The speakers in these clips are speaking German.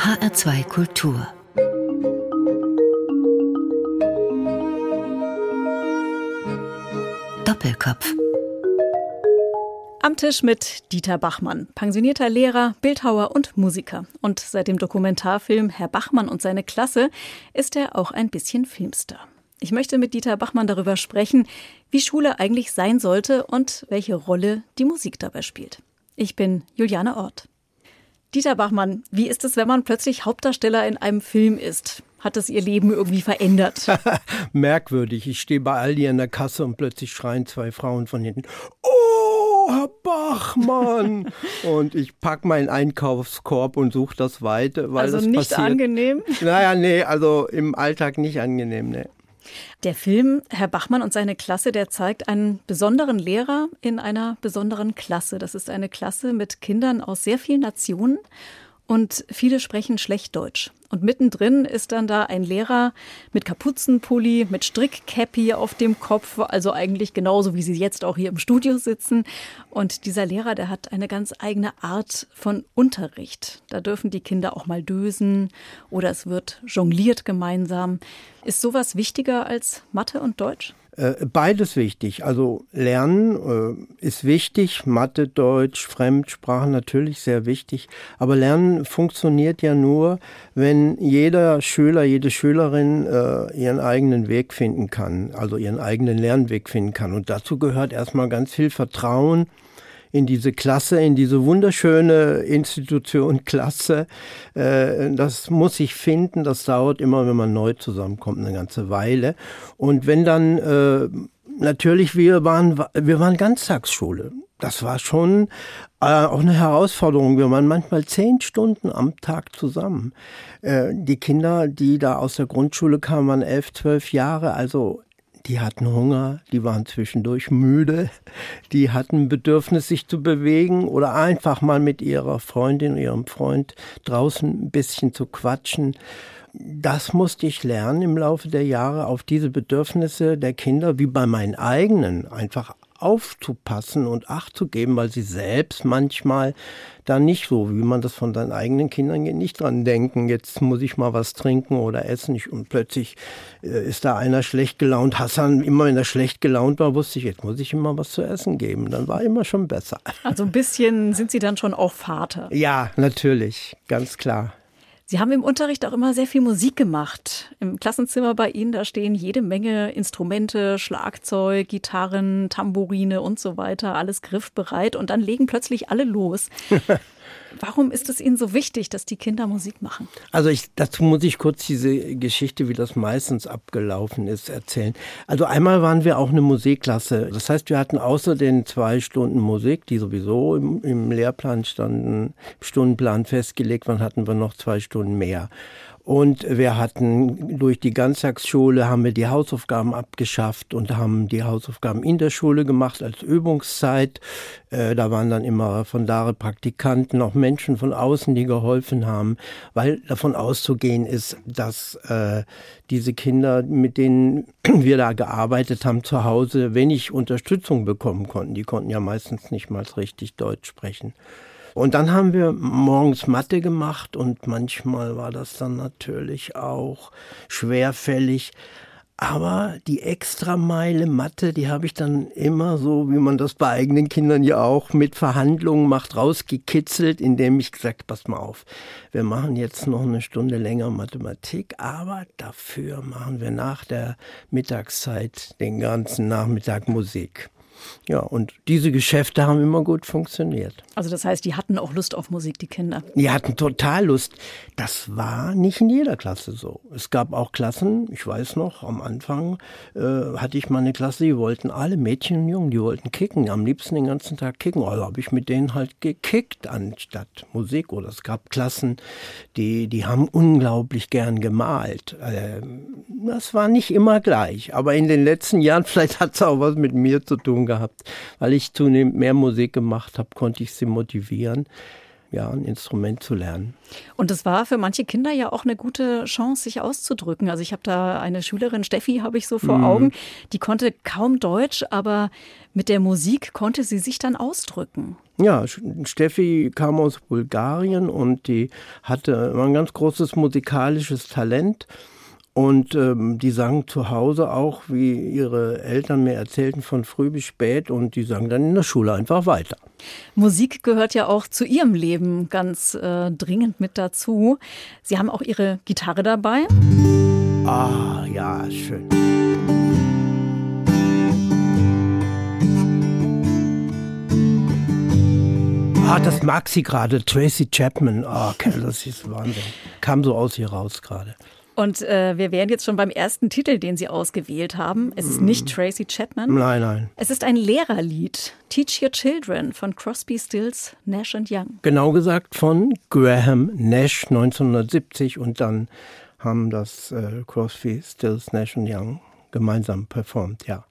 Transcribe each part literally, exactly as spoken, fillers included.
H R zwei Kultur. Doppelkopf. Am Tisch mit Dieter Bachmann, pensionierter Lehrer, Bildhauer und Musiker. Und seit dem Dokumentarfilm Herr Bachmann und seine Klasse ist er auch ein bisschen Filmstar. Ich möchte mit Dieter Bachmann darüber sprechen, wie Schule eigentlich sein sollte und welche Rolle die Musik dabei spielt. Ich bin Juliane Orth. Dieter Bachmann, wie ist es, wenn man plötzlich Hauptdarsteller in einem Film ist? Hat es Ihr Leben irgendwie verändert? Merkwürdig. Ich stehe bei Aldi an der Kasse und plötzlich schreien zwei Frauen von hinten: Oh, Herr Bachmann! Und ich packe meinen Einkaufskorb und suche das Weite. Weil also das nicht passiert. Angenehm? Naja, nee, also im Alltag nicht angenehm, nee. Der Film Herr Bachmann und seine Klasse, der zeigt einen besonderen Lehrer in einer besonderen Klasse. Das ist eine Klasse mit Kindern aus sehr vielen Nationen und viele sprechen schlecht Deutsch. Und mittendrin ist dann da ein Lehrer mit Kapuzenpulli, mit Strickcappy auf dem Kopf, also eigentlich genauso, wie Sie jetzt auch hier im Studio sitzen. Und dieser Lehrer, der hat eine ganz eigene Art von Unterricht. Da dürfen die Kinder auch mal dösen oder es wird jongliert gemeinsam. Ist sowas wichtiger als Mathe und Deutsch? Beides wichtig. Also Lernen äh, ist wichtig, Mathe, Deutsch, Fremdsprachen natürlich sehr wichtig. Aber Lernen funktioniert ja nur, wenn jeder Schüler, jede Schülerin äh, ihren eigenen Weg finden kann, also ihren eigenen Lernweg finden kann. Und dazu gehört erstmal ganz viel Vertrauen in diese Klasse, in diese wunderschöne Institution Klasse. Das muss ich finden, das dauert immer, wenn man neu zusammenkommt, eine ganze Weile. Und wenn dann, natürlich, wir waren, wir waren Ganztagsschule. Das war schon auch eine Herausforderung. Wir waren manchmal zehn Stunden am Tag zusammen. Die Kinder, die da aus der Grundschule kamen, waren elf, zwölf Jahre, also die hatten Hunger, die waren zwischendurch müde, die hatten Bedürfnis, sich zu bewegen oder einfach mal mit ihrer Freundin, ihrem Freund draußen ein bisschen zu quatschen. Das musste ich lernen im Laufe der Jahre, auf diese Bedürfnisse der Kinder, wie bei meinen eigenen, einfach aufzupassen und Acht zu geben, weil sie selbst manchmal da nicht so, wie man das von seinen eigenen Kindern geht, nicht dran denken, jetzt muss ich mal was trinken oder essen. Und plötzlich äh, ist da einer schlecht gelaunt. Hassan, immer wenn er schlecht gelaunt war, wusste ich, jetzt muss ich ihm mal was zu essen geben. Dann war immer schon besser. Also ein bisschen sind Sie dann schon auch Vater? Ja, natürlich, ganz klar. Sie haben im Unterricht auch immer sehr viel Musik gemacht. Im Klassenzimmer bei Ihnen, da stehen jede Menge Instrumente, Schlagzeug, Gitarren, Tambourine und so weiter, alles griffbereit und dann legen plötzlich alle los. Warum ist es Ihnen so wichtig, dass die Kinder Musik machen? Also ich, dazu muss ich kurz diese Geschichte, wie das meistens abgelaufen ist, erzählen. Also einmal waren wir auch eine Musikklasse. Das heißt, wir hatten außer den zwei Stunden Musik, die sowieso im, im Lehrplan standen, im Stundenplan festgelegt waren, hatten wir noch zwei Stunden mehr. Und wir hatten durch die Ganztagsschule haben wir die Hausaufgaben abgeschafft und haben die Hausaufgaben in der Schule gemacht als Übungszeit. Äh, da waren dann immer von da Praktikanten, auch Menschen von außen, die geholfen haben, weil davon auszugehen ist, dass äh, diese Kinder, mit denen wir da gearbeitet haben, zu Hause wenig Unterstützung bekommen konnten. Die konnten ja meistens nicht mal richtig Deutsch sprechen. Und dann haben wir morgens Mathe gemacht und manchmal war das dann natürlich auch schwerfällig. Aber die Extrameile Mathe, die habe ich dann immer so, wie man das bei eigenen Kindern ja auch mit Verhandlungen macht, rausgekitzelt, indem ich gesagt, pass mal auf, wir machen jetzt noch eine Stunde länger Mathematik, aber dafür machen wir nach der Mittagszeit den ganzen Nachmittag Musik. Ja, und diese Geschäfte haben immer gut funktioniert. Also das heißt, die hatten auch Lust auf Musik, die Kinder? Die hatten total Lust. Das war nicht in jeder Klasse so. Es gab auch Klassen, ich weiß noch, am Anfang äh, hatte ich mal eine Klasse, die wollten alle, Mädchen und Jungen, die wollten kicken, am liebsten den ganzen Tag kicken. Also habe ich mit denen halt gekickt anstatt Musik. Oder es gab Klassen, die, die haben unglaublich gern gemalt. Äh, das war nicht immer gleich, aber in den letzten Jahren, vielleicht hat es auch was mit mir zu tun gehabt. Gehabt. Weil ich zunehmend mehr Musik gemacht habe, konnte ich sie motivieren. ja, ein Instrument zu lernen. Und es war für manche Kinder ja auch eine gute Chance, sich auszudrücken. Also ich habe da eine Schülerin, Steffi, habe ich so vor mhm. Augen, die konnte kaum Deutsch, aber mit der Musik konnte sie sich dann ausdrücken. Ja, Steffi kam aus Bulgarien und die hatte ein ganz großes musikalisches Talent. Und ähm, die sang zu Hause auch, wie ihre Eltern mir erzählten, von früh bis spät. Und die sang dann in der Schule einfach weiter. Musik gehört ja auch zu ihrem Leben ganz äh, dringend mit dazu. Sie haben auch Ihre Gitarre dabei. Ah, ja, schön. Ah, das mag sie gerade, Tracy Chapman. Ah, oh, das ist Wahnsinn. Kam so aus ihr raus gerade. Und äh, wir wären jetzt schon beim ersten Titel, den Sie ausgewählt haben. Es ist nicht Tracy Chapman. Nein, nein. Es ist ein Lehrerlied. Teach Your Children von Crosby, Stills, Nash and Young. Genau gesagt von Graham Nash neunzehnhundertsiebzig. Und dann haben das äh, Crosby, Stills, Nash and Young gemeinsam performt, ja.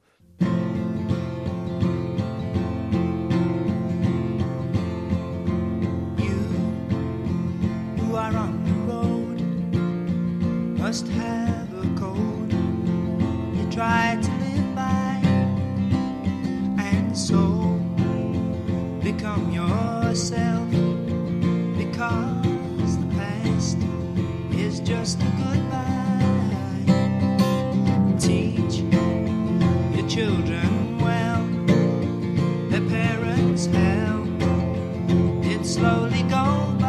Must have a code you try to live by, and so become yourself, because the past is just a goodbye. Teach your children well, their parents help it slowly go by.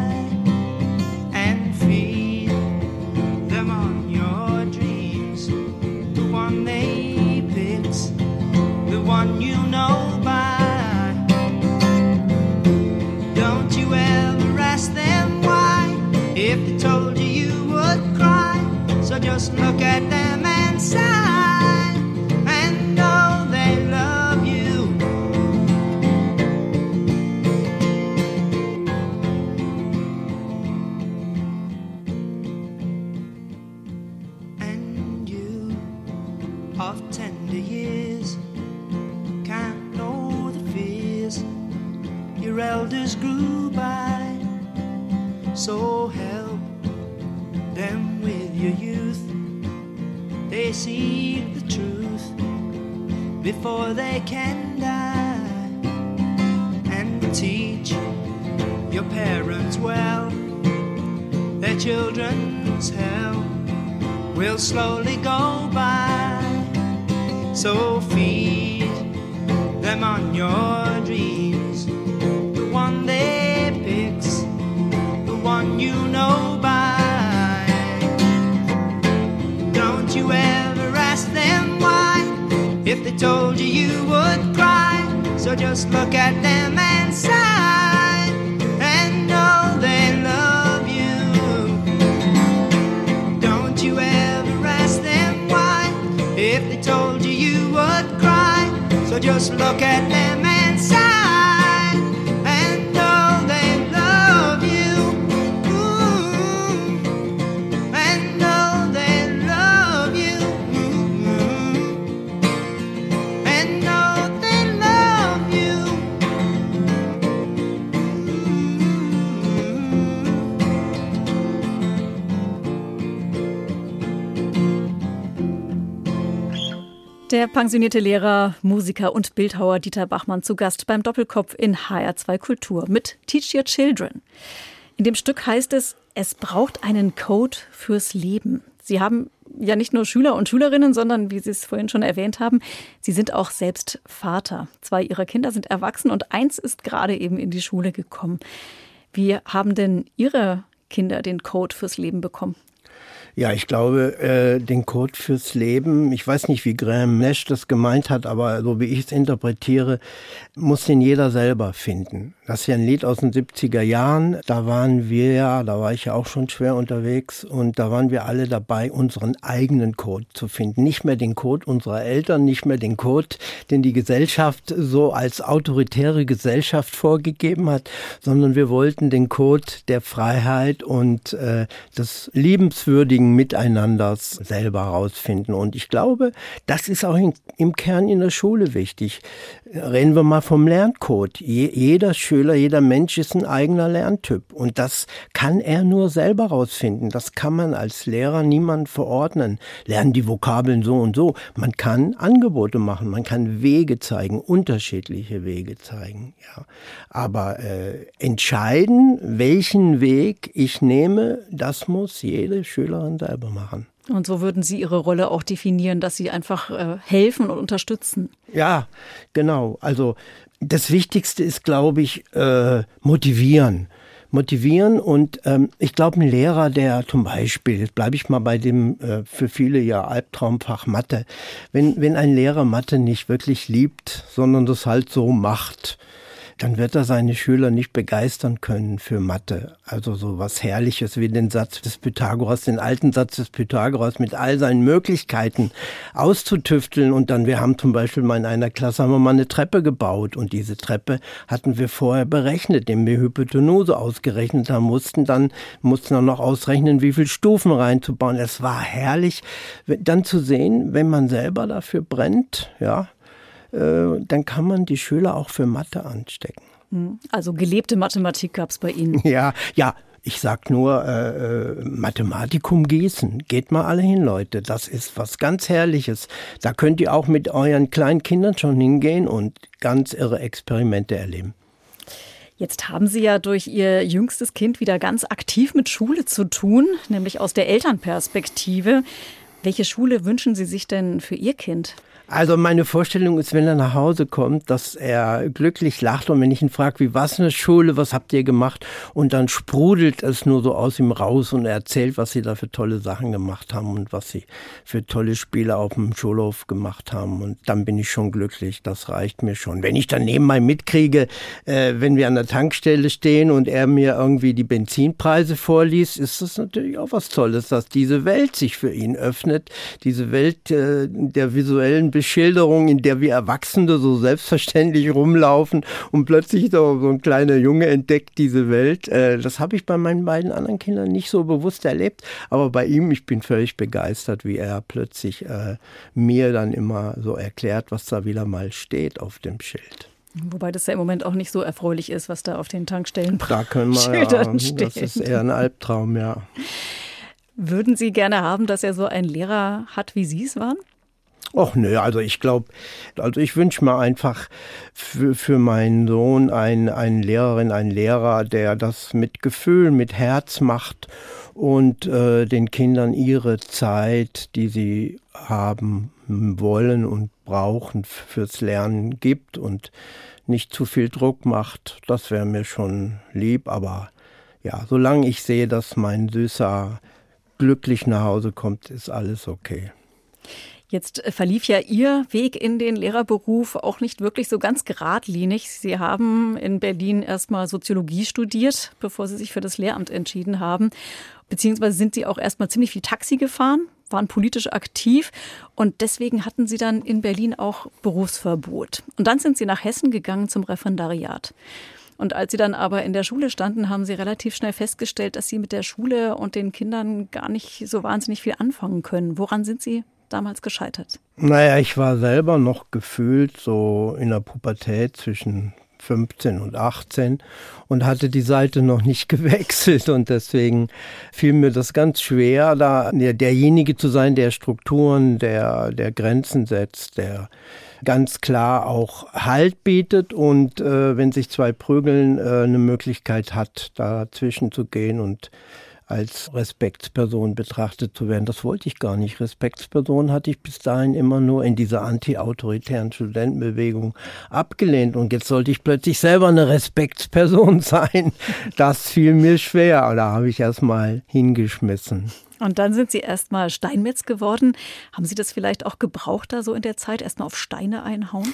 One you know by. Don't you ever ask them why, if they told you you would cry. So just look at them and sigh, and know they love you. And you of tender years can't know the fears your elders grew by. So help them with your youth. They seek the truth before they can die. And teach your parents well, their children's hell will slowly go by. So feed them on your dreams, the one they picks, the one you know by. Don't you ever ask them why, if they told you you would cry. So just look at them and sigh, and know they love you. Don't you ever ask them why, if they told you you would cry. So just look at them and sigh, and know they love you. Ooh, and know they love you. Ooh, and know they love you. Der pensionierte Lehrer, Musiker und Bildhauer Dieter Bachmann zu Gast beim Doppelkopf in H R zwei Kultur mit Teach Your Children. In dem Stück heißt es, es braucht einen Code fürs Leben. Sie haben ja nicht nur Schüler und Schülerinnen, sondern, wie Sie es vorhin schon erwähnt haben, Sie sind auch selbst Vater. Zwei Ihrer Kinder sind erwachsen und eins ist gerade eben in die Schule gekommen. Wie haben denn Ihre Kinder den Code fürs Leben bekommen? Ja, ich glaube, äh, den Code fürs Leben, ich weiß nicht, wie Graham Nash das gemeint hat, aber so wie ich es interpretiere, muss den jeder selber finden. Das ist ja ein Lied aus den siebziger Jahren, da waren wir ja, da war ich ja auch schon schwer unterwegs und da waren wir alle dabei, unseren eigenen Code zu finden. Nicht mehr den Code unserer Eltern, nicht mehr den Code, den die Gesellschaft so als autoritäre Gesellschaft vorgegeben hat, sondern wir wollten den Code der Freiheit und äh, des liebenswürdigen Umgang miteinander selber herausfinden. Und ich glaube, das ist auch in, im Kern in der Schule wichtig. Reden wir mal vom Lerncode. Je, jeder Schüler, jeder Mensch ist ein eigener Lerntyp. Und das kann er nur selber herausfinden. Das kann man als Lehrer niemand verordnen. Lernen die Vokabeln so und so. Man kann Angebote machen, man kann Wege zeigen, unterschiedliche Wege zeigen. Ja. Aber äh, entscheiden, welchen Weg ich nehme, das muss jede Schülerin selber machen. Und so würden Sie Ihre Rolle auch definieren, dass Sie einfach äh, helfen und unterstützen. Ja, genau. Also das Wichtigste ist, glaube ich, äh, motivieren. Motivieren und ähm, ich glaube, ein Lehrer, der zum Beispiel, jetzt bleibe ich mal bei dem äh, für viele ja Albtraumfach Mathe, wenn, wenn ein Lehrer Mathe nicht wirklich liebt, sondern das halt so macht, dann wird er seine Schüler nicht begeistern können für Mathe. Also so was Herrliches wie den Satz des Pythagoras, den alten Satz des Pythagoras mit all seinen Möglichkeiten auszutüfteln. Und dann, wir haben zum Beispiel mal in einer Klasse haben wir mal eine Treppe gebaut. Und diese Treppe hatten wir vorher berechnet, indem wir Hypotenuse ausgerechnet haben, mussten dann, mussten dann noch ausrechnen, wie viele Stufen reinzubauen. Es war herrlich, dann zu sehen, wenn man selber dafür brennt, ja, dann kann man die Schüler auch für Mathe anstecken. Also gelebte Mathematik gab es bei Ihnen? Ja, ja. Ich sag nur, äh, Mathematikum Gießen. Geht mal alle hin, Leute. Das ist was ganz Herrliches. Da könnt ihr auch mit euren kleinen Kindern schon hingehen und ganz irre Experimente erleben. Jetzt haben Sie ja durch Ihr jüngstes Kind wieder ganz aktiv mit Schule zu tun, nämlich aus der Elternperspektive. Welche Schule wünschen Sie sich denn für Ihr Kind? Also meine Vorstellung ist, wenn er nach Hause kommt, dass er glücklich lacht und wenn ich ihn frage, wie war's in der Schule, was habt ihr gemacht? Und dann sprudelt es nur so aus ihm raus und er erzählt, was sie da für tolle Sachen gemacht haben und was sie für tolle Spiele auf dem Schulhof gemacht haben. Und dann bin ich schon glücklich, das reicht mir schon. Wenn ich dann nebenbei mitkriege, äh, wenn wir an der Tankstelle stehen und er mir irgendwie die Benzinpreise vorliest, ist das natürlich auch was Tolles, dass diese Welt sich für ihn öffnet, diese Welt äh, der visuellen Beschilderung, in der wir Erwachsene so selbstverständlich rumlaufen und plötzlich so, so ein kleiner Junge entdeckt diese Welt. Äh, das habe ich bei meinen beiden anderen Kindern nicht so bewusst erlebt, aber bei ihm, ich bin völlig begeistert, wie er plötzlich äh, mir dann immer so erklärt, was da wieder mal steht auf dem Schild. Wobei das ja im Moment auch nicht so erfreulich ist, was da auf den Tankstellen da können wir, Schildern ja, steht. Das ist eher ein Albtraum, ja. Würden Sie gerne haben, dass er so einen Lehrer hat, wie Sie es waren? Och nö, also ich glaube, also ich wünsche mir einfach für, für meinen Sohn einen, einen Lehrerin, einen Lehrer, der das mit Gefühl, mit Herz macht und äh, den Kindern ihre Zeit, die sie haben wollen und brauchen, fürs Lernen gibt und nicht zu viel Druck macht. Das wäre mir schon lieb, aber ja, solange ich sehe, dass mein Süßer glücklich nach Hause kommt, ist alles okay. Jetzt verlief ja Ihr Weg in den Lehrerberuf auch nicht wirklich so ganz geradlinig. Sie haben in Berlin erstmal Soziologie studiert, bevor Sie sich für das Lehramt entschieden haben. Beziehungsweise sind Sie auch erstmal ziemlich viel Taxi gefahren, waren politisch aktiv und deswegen hatten Sie dann in Berlin auch Berufsverbot. Und dann sind Sie nach Hessen gegangen zum Referendariat. Und als Sie dann aber in der Schule standen, haben Sie relativ schnell festgestellt, dass Sie mit der Schule und den Kindern gar nicht so wahnsinnig viel anfangen können. Woran sind Sie damals gescheitert? Naja, ich war selber noch gefühlt so in der Pubertät zwischen fünfzehn und achtzehn und hatte die Seite noch nicht gewechselt und deswegen fiel mir das ganz schwer, da derjenige zu sein, der Strukturen, der, der Grenzen setzt, der ganz klar auch Halt bietet und äh, wenn sich zwei prügeln, äh, eine Möglichkeit hat, dazwischen zu gehen und als Respektsperson betrachtet zu werden. Das wollte ich gar nicht. Respektsperson hatte ich bis dahin immer nur in dieser anti-autoritären Studentenbewegung abgelehnt. Und jetzt sollte ich plötzlich selber eine Respektsperson sein. Das fiel mir schwer. Da habe ich erst mal hingeschmissen. Und dann sind Sie erst mal Steinmetz geworden. Haben Sie das vielleicht auch gebraucht da so in der Zeit? Erst mal auf Steine einhauen?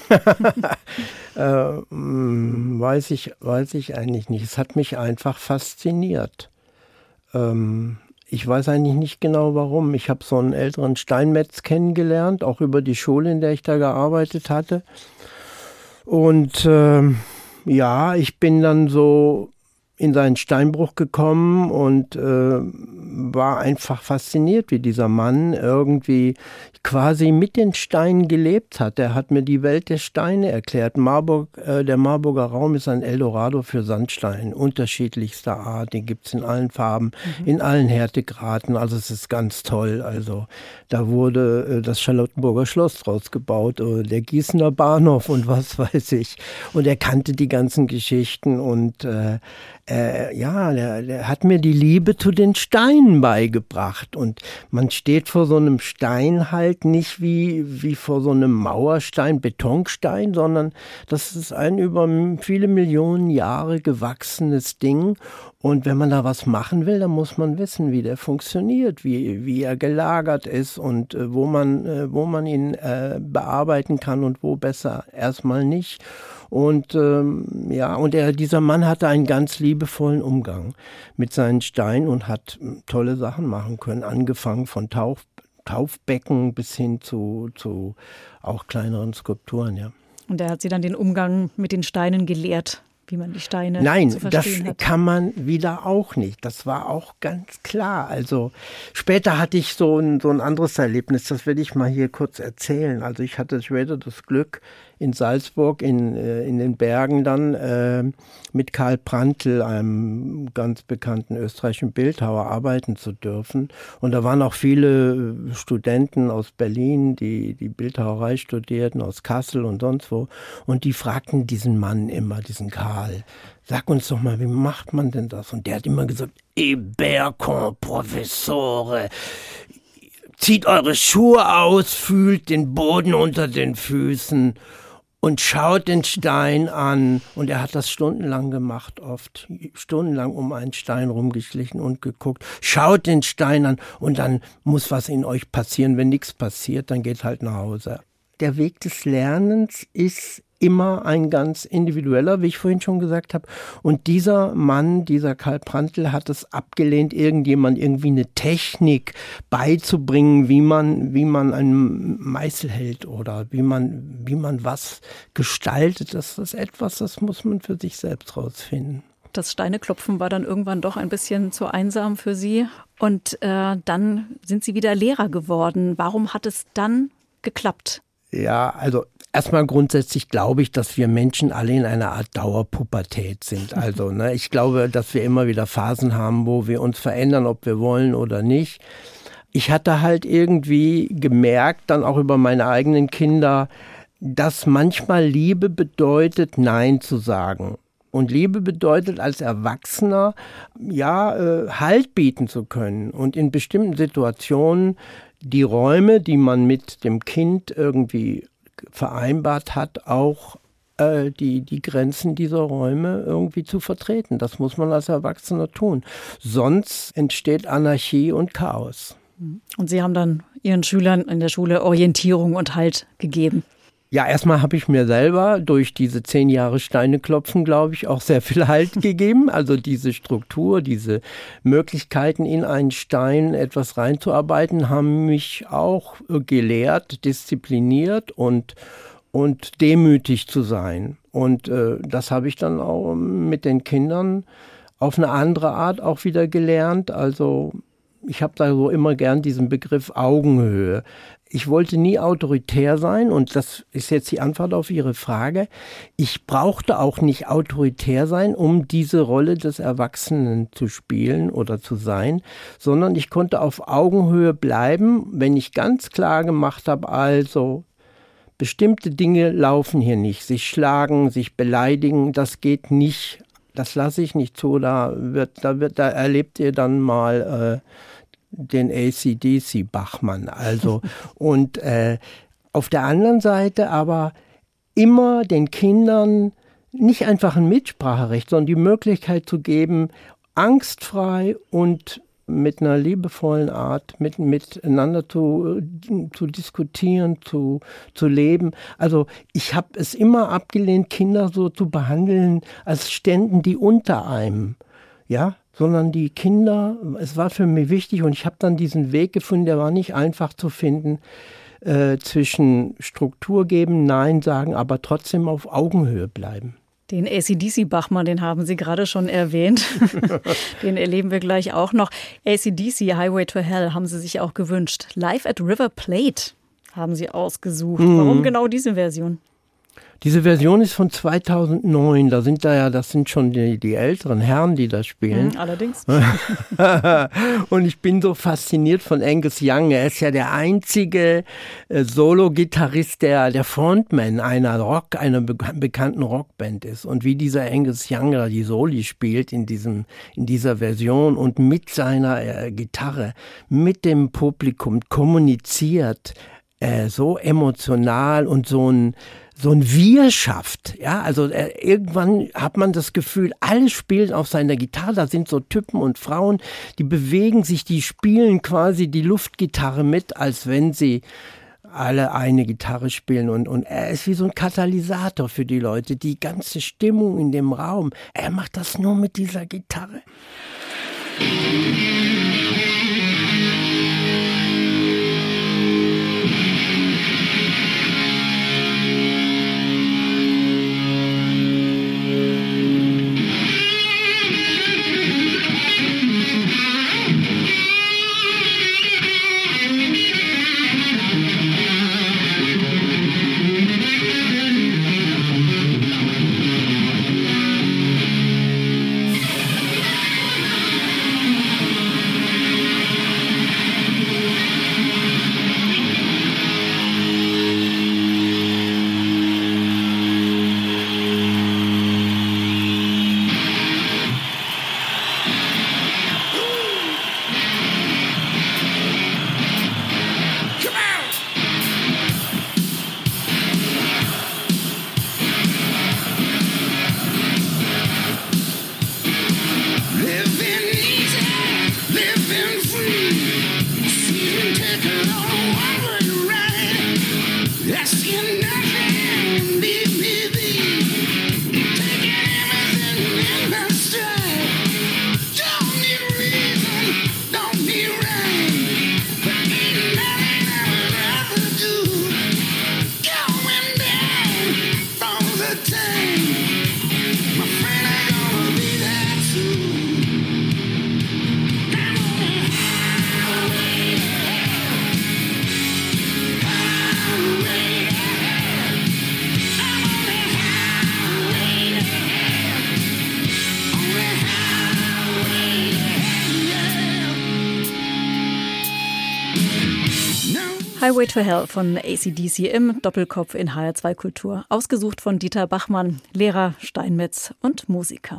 äh, mh, weiß ich, weiß ich eigentlich nicht. Es hat mich einfach fasziniert. Ich weiß eigentlich nicht genau warum. Ich habe so einen älteren Steinmetz kennengelernt, auch über die Schule, in der ich da gearbeitet hatte. Und äh, ja, ich bin dann so in seinen Steinbruch gekommen und äh, war einfach fasziniert, wie dieser Mann irgendwie quasi mit den Steinen gelebt hat. Er hat mir die Welt der Steine erklärt. Marburg, äh, der Marburger Raum ist ein Eldorado für Sandstein, unterschiedlichster Art. Den gibt es in allen Farben, mhm. in allen Härtegraden. Also es ist ganz toll. Also da wurde äh, das Charlottenburger Schloss draus gebaut, oder der Gießener Bahnhof und was weiß ich. Und er kannte die ganzen Geschichten und äh, äh, ja, der, der hat mir die Liebe zu den Steinen beigebracht. Und man steht vor so einem Stein halt nicht wie, wie vor so einem Mauerstein, Betonstein, sondern das ist ein über viele Millionen Jahre gewachsenes Ding. Und wenn man da was machen will, dann muss man wissen, wie der funktioniert, wie, wie er gelagert ist und äh, wo man, äh, wo man ihn äh, bearbeiten kann und wo besser erstmal nicht. Und ähm, ja, und er, dieser Mann hatte einen ganz liebevollen Umgang mit seinen Steinen und hat tolle Sachen machen können, angefangen von Tauf, Taufbecken bis hin zu, zu auch kleineren Skulpturen, ja. Und er hat sie dann den Umgang mit den Steinen gelehrt, wie man die Steine Nein, zu verstehen das hat. kann man wieder auch nicht. Das war auch ganz klar. Also später hatte ich so ein, so ein anderes Erlebnis, das will ich mal hier kurz erzählen. Also ich hatte später das Glück, in Salzburg, in, in den Bergen dann äh, mit Karl Prantl, einem ganz bekannten österreichischen Bildhauer, arbeiten zu dürfen. Und da waren auch viele Studenten aus Berlin, die die Bildhauerei studierten, aus Kassel und sonst wo. Und die fragten diesen Mann immer, diesen Karl, sag uns doch mal, wie macht man denn das? Und der hat immer gesagt, Ibercon, Professore, zieht eure Schuhe aus, fühlt den Boden unter den Füßen und schaut den Stein an. Und er hat das stundenlang gemacht, oft. Stundenlang um einen Stein rumgeschlichen und geguckt. Schaut den Stein an und dann muss was in euch passieren. Wenn nichts passiert, dann geht halt nach Hause. Der Weg des Lernens ist immer ein ganz individueller, wie ich vorhin schon gesagt habe. Und dieser Mann, dieser Karl Prantl, hat es abgelehnt, irgendjemand irgendwie eine Technik beizubringen, wie man, wie man einen Meißel hält oder wie man, wie man was gestaltet. Das ist etwas, das muss man für sich selbst rausfinden. Das Steineklopfen war dann irgendwann doch ein bisschen zu einsam für Sie. Und äh, dann sind Sie wieder Lehrer geworden. Warum hat es dann geklappt? Ja, also erstmal grundsätzlich glaube ich, dass wir Menschen alle in einer Art Dauerpubertät sind. Also ne, ich glaube, dass wir immer wieder Phasen haben, wo wir uns verändern, ob wir wollen oder nicht. Ich hatte halt irgendwie gemerkt, dann auch über meine eigenen Kinder, dass manchmal Liebe bedeutet, Nein zu sagen. Und Liebe bedeutet als Erwachsener, ja, äh, Halt bieten zu können und in bestimmten Situationen die Räume, die man mit dem Kind irgendwie vereinbart hat, auch äh, die, die Grenzen dieser Räume irgendwie zu vertreten. Das muss man als Erwachsener tun. Sonst entsteht Anarchie und Chaos. Und Sie haben dann Ihren Schülern in der Schule Orientierung und Halt gegeben. Ja, erstmal habe ich mir selber durch diese zehn Jahre Steine klopfen, glaube ich, auch sehr viel Halt gegeben. Also diese Struktur, diese Möglichkeiten in einen Stein etwas reinzuarbeiten, haben mich auch gelehrt, diszipliniert und, und demütig zu sein. Und äh, das habe ich dann auch mit den Kindern auf eine andere Art auch wieder gelernt. Also ich habe da so immer gern diesen Begriff Augenhöhe. Ich wollte nie autoritär sein und das ist jetzt die Antwort auf Ihre Frage. Ich brauchte auch nicht autoritär sein, um diese Rolle des Erwachsenen zu spielen oder zu sein, sondern ich konnte auf Augenhöhe bleiben, wenn ich ganz klar gemacht habe, also bestimmte Dinge laufen hier nicht. Sich schlagen, sich beleidigen, das geht nicht. Das lasse ich nicht zu. Da wird, da wird, da erlebt ihr dann mal äh, den A C D C-Bachmann. Also, und äh, auf der anderen Seite aber immer den Kindern nicht einfach ein Mitspracherecht, sondern die Möglichkeit zu geben, angstfrei und mit einer liebevollen Art mit, miteinander zu, zu diskutieren, zu, zu leben. Also ich habe es immer abgelehnt, Kinder so zu behandeln, als ständen die unter einem. Ja, sondern die Kinder, es war für mich wichtig und ich habe dann diesen Weg gefunden, der war nicht einfach zu finden, äh, zwischen Struktur geben, Nein sagen, aber trotzdem auf Augenhöhe bleiben. Den A C D C-Bachmann, den haben Sie gerade schon erwähnt. Den erleben wir gleich auch noch. A C D C, Highway to Hell, haben Sie sich auch gewünscht. Live at River Plate haben Sie ausgesucht. Mhm. Warum genau diese Version? Diese Version ist von zweitausendneun. Da sind da ja, das sind schon die, die älteren Herren, die das spielen. Mhm, allerdings. Und ich bin so fasziniert von Angus Young. Er ist ja der einzige äh, Solo-Gitarrist, der der Frontman einer Rock, einer be- bekannten Rockband ist. Und wie dieser Angus Young da die Soli spielt in diesem, in dieser Version und mit seiner äh, Gitarre, mit dem Publikum kommuniziert, äh, so emotional und so ein so ein Wir schafft, ja, also äh, irgendwann hat man das Gefühl, alle spielen auf seiner Gitarre, da sind so Typen und Frauen, die bewegen sich, die spielen quasi die Luftgitarre mit, als wenn sie alle eine Gitarre spielen und, und er ist wie so ein Katalysator für die Leute, die ganze Stimmung in dem Raum, er macht das nur mit dieser Gitarre. Highway to Hell von A C D C im Doppelkopf in H R zwei Kultur. Ausgesucht von Dieter Bachmann, Lehrer, Steinmetz und Musiker.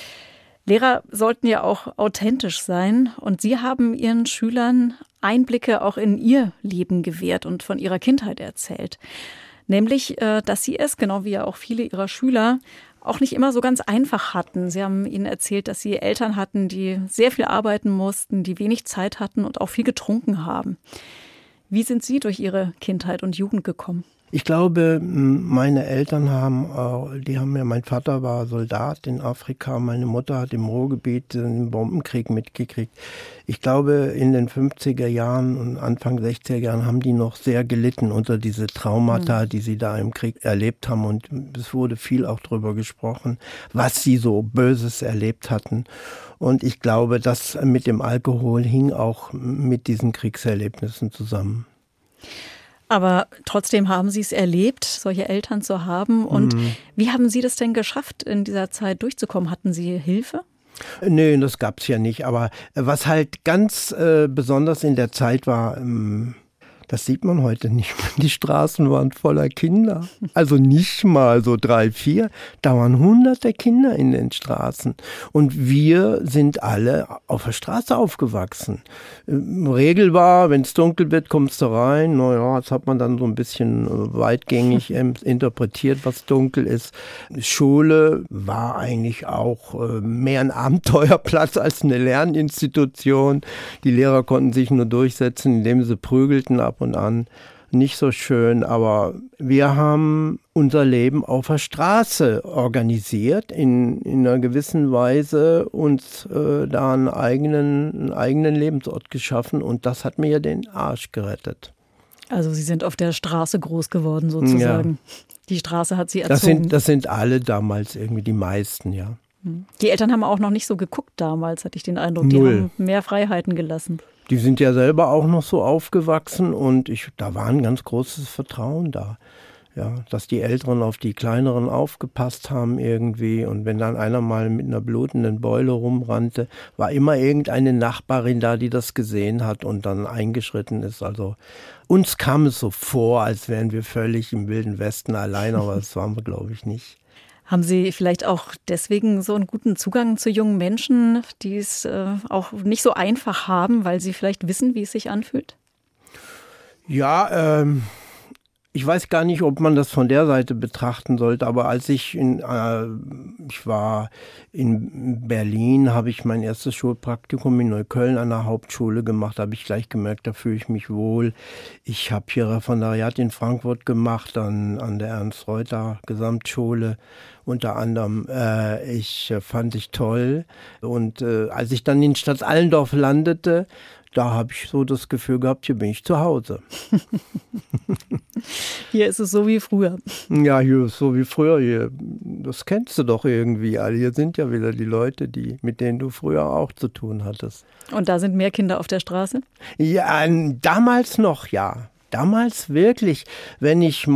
Lehrer sollten ja auch authentisch sein und Sie haben Ihren Schülern Einblicke auch in ihr Leben gewährt und von ihrer Kindheit erzählt. Nämlich, dass Sie es, genau wie ja auch viele Ihrer Schüler, auch nicht immer so ganz einfach hatten. Sie haben Ihnen erzählt, dass Sie Eltern hatten, die sehr viel arbeiten mussten, die wenig Zeit hatten und auch viel getrunken haben. Wie sind Sie durch Ihre Kindheit und Jugend gekommen? Ich glaube, meine Eltern haben, die haben ja, mein Vater war Soldat in Afrika, meine Mutter hat im Ruhrgebiet den Bombenkrieg mitgekriegt. Ich glaube, in den fünfziger Jahren und Anfang sechziger Jahren haben die noch sehr gelitten unter diese Traumata, die sie da im Krieg erlebt haben. Und es wurde viel auch darüber gesprochen, was sie so Böses erlebt hatten. Und ich glaube, das mit dem Alkohol hing auch mit diesen Kriegserlebnissen zusammen. Aber trotzdem haben Sie es erlebt, solche Eltern zu haben. Und mhm. wie haben Sie das denn geschafft, in dieser Zeit durchzukommen? Hatten Sie Hilfe? Nö, das gab es ja nicht. Aber was halt ganz äh, besonders in der Zeit war, ähm, das sieht man heute nicht mehr. Die Straßen waren voller Kinder. Also nicht mal so drei, vier. Da waren hunderte Kinder in den Straßen. Und wir sind alle auf der Straße aufgewachsen. Regel war, wenn es dunkel wird, kommst du rein. Naja, das hat man dann so ein bisschen weitgängig interpretiert, was dunkel ist. Schule war eigentlich auch mehr ein Abenteuerplatz als eine Lerninstitution. Die Lehrer konnten sich nur durchsetzen, indem sie prügelten ab und an. Nicht so schön, aber wir haben unser Leben auf der Straße organisiert, in, in einer gewissen Weise uns äh, da einen eigenen, einen eigenen Lebensort geschaffen und das hat mir den Arsch gerettet. Also Sie sind auf der Straße groß geworden sozusagen. Die Straße hat sie erzogen. Das sind, das sind alle damals irgendwie, die meisten, ja. Die Eltern haben auch noch nicht so geguckt damals, hatte ich den Eindruck. Die Null. haben mehr Freiheiten gelassen. Die sind ja selber auch noch so aufgewachsen und ich, da war ein ganz großes Vertrauen da. Ja, dass die Älteren auf die Kleineren aufgepasst haben irgendwie. Und wenn dann einer mal mit einer blutenden Beule rumrannte, war immer irgendeine Nachbarin da, die das gesehen hat und dann eingeschritten ist. Also uns kam es so vor, als wären wir völlig im Wilden Westen allein, aber das waren wir, glaube ich, nicht. Haben Sie vielleicht auch deswegen so einen guten Zugang zu jungen Menschen, die es äh, auch nicht so einfach haben, weil sie vielleicht wissen, wie es sich anfühlt? Ja, ähm, ich weiß gar nicht, ob man das von der Seite betrachten sollte, aber als ich in, äh, ich war in Berlin, habe ich mein erstes Schulpraktikum in Neukölln an der Hauptschule gemacht, habe ich gleich gemerkt, da fühle ich mich wohl. Ich habe hier Referendariat in Frankfurt gemacht, an, an der Ernst-Reuter Gesamtschule unter anderem. Äh, ich äh, fand ich toll und äh, als ich dann in Stadt Allendorf landete, da habe ich so das Gefühl gehabt, hier bin ich zu Hause. Hier ist es so wie früher. Ja, hier ist so wie früher. Hier, das kennst du doch irgendwie alle. Hier sind ja wieder die Leute, die, mit denen du früher auch zu tun hattest. Und da sind mehr Kinder auf der Straße? Ja, damals noch, ja. Damals wirklich, wenn ich